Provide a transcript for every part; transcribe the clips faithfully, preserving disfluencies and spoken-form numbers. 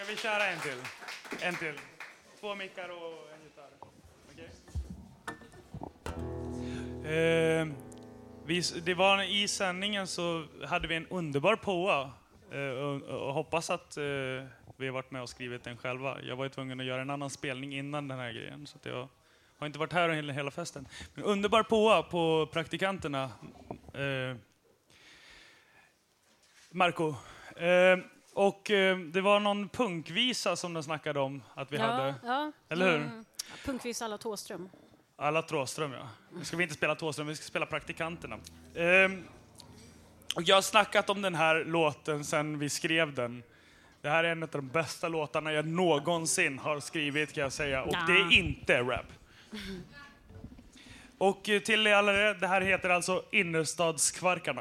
vi köra en till? En till. Två mickar och en gitarr. Okej. Okay. Eh, vi, det var i sändningen så hade vi en underbar poa. Eh, och, och hoppas att eh, vi har varit med och skrivit den själva. Jag var ju tvungen att göra en annan spelning innan den här grejen. Så att jag har inte varit här hela, hela festen. Men underbar poa på praktikanterna. Eh, Marco. Eh, och eh, det var någon punkvisa som de snackade om att vi ja, hade. Ja. Eller hur? Mm. Punkvisa alla Tåström. Alla Tråström, ja. Nu ska vi inte spela Tåström, vi ska spela praktikanterna. Eh, och jag har snackat om den här låten sedan vi skrev den. Det här är en av de bästa låtarna jag någonsin har skrivit, kan jag säga. Och ja. det är inte rap. Mm. Och till alla det, det här heter alltså Innerstadskvarkarna.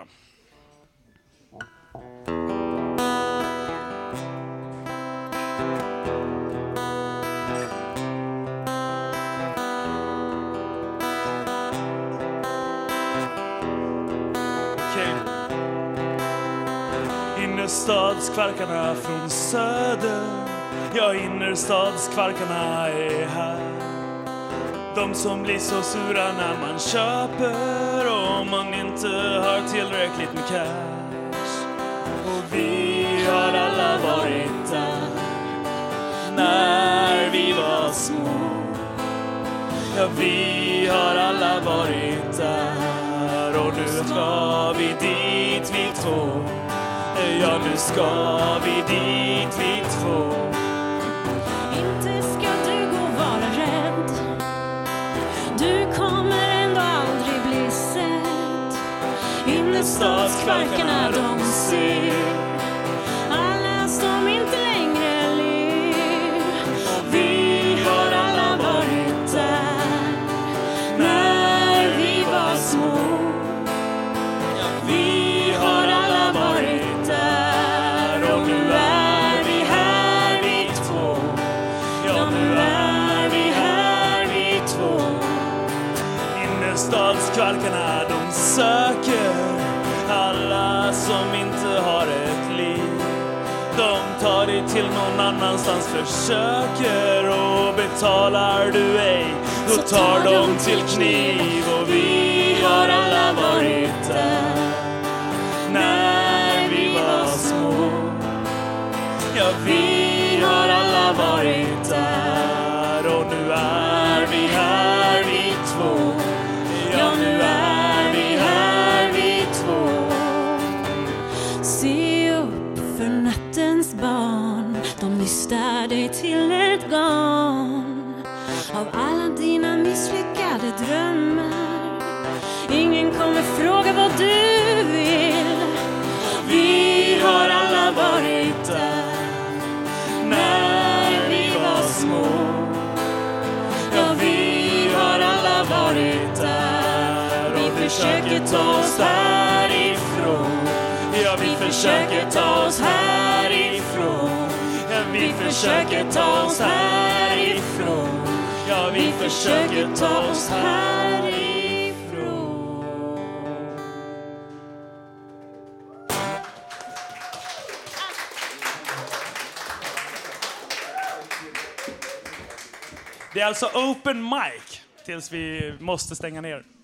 Innerstadskvarkarna från söder. Ja, innerstadskvarkarna är här. De som blir så sura när man köper och om man inte har tillräckligt med cash. Och vi har alla varit där när vi var små. Ja, vi har alla varit där och nu ska vi dit vi två. Ja, nu ska vi dit vi två. Inte ska du gå och vara rädd. Du kommer ändå aldrig bli sedd. Innerstadskvarkarna de ser alla som inte längre ler. Och vi har alla varit där när vi var små. Ja, vi har alla varit där och nu är vi här vi två. Ja, nu är vi här vi två. Innerstadskvarkarna de söker alla som inte har ett liv. De tar dig till någon annanstans, försöker och betalar du ej, då tar de till kniv. Och vi har alla varit där när vi var små. Ja, vi har alla varit där och nu är vi här vi två. Ja, nu är vi här vi två. Se upp för nattens barn, de nystar dig till ett garn. Av alla dina misslyckade drömmar, ingen kommer fråga vad du vill. Vi har alla varit där när vi var små. Ja, vi har alla varit där och vi försöker ta oss härifrån. Ja, vi försöker ta oss härifrån. Ja, vi försöker ta oss härifrån. Ja, vi försöker ta oss härifrån. Det är alltså open mic tills vi måste stänga ner.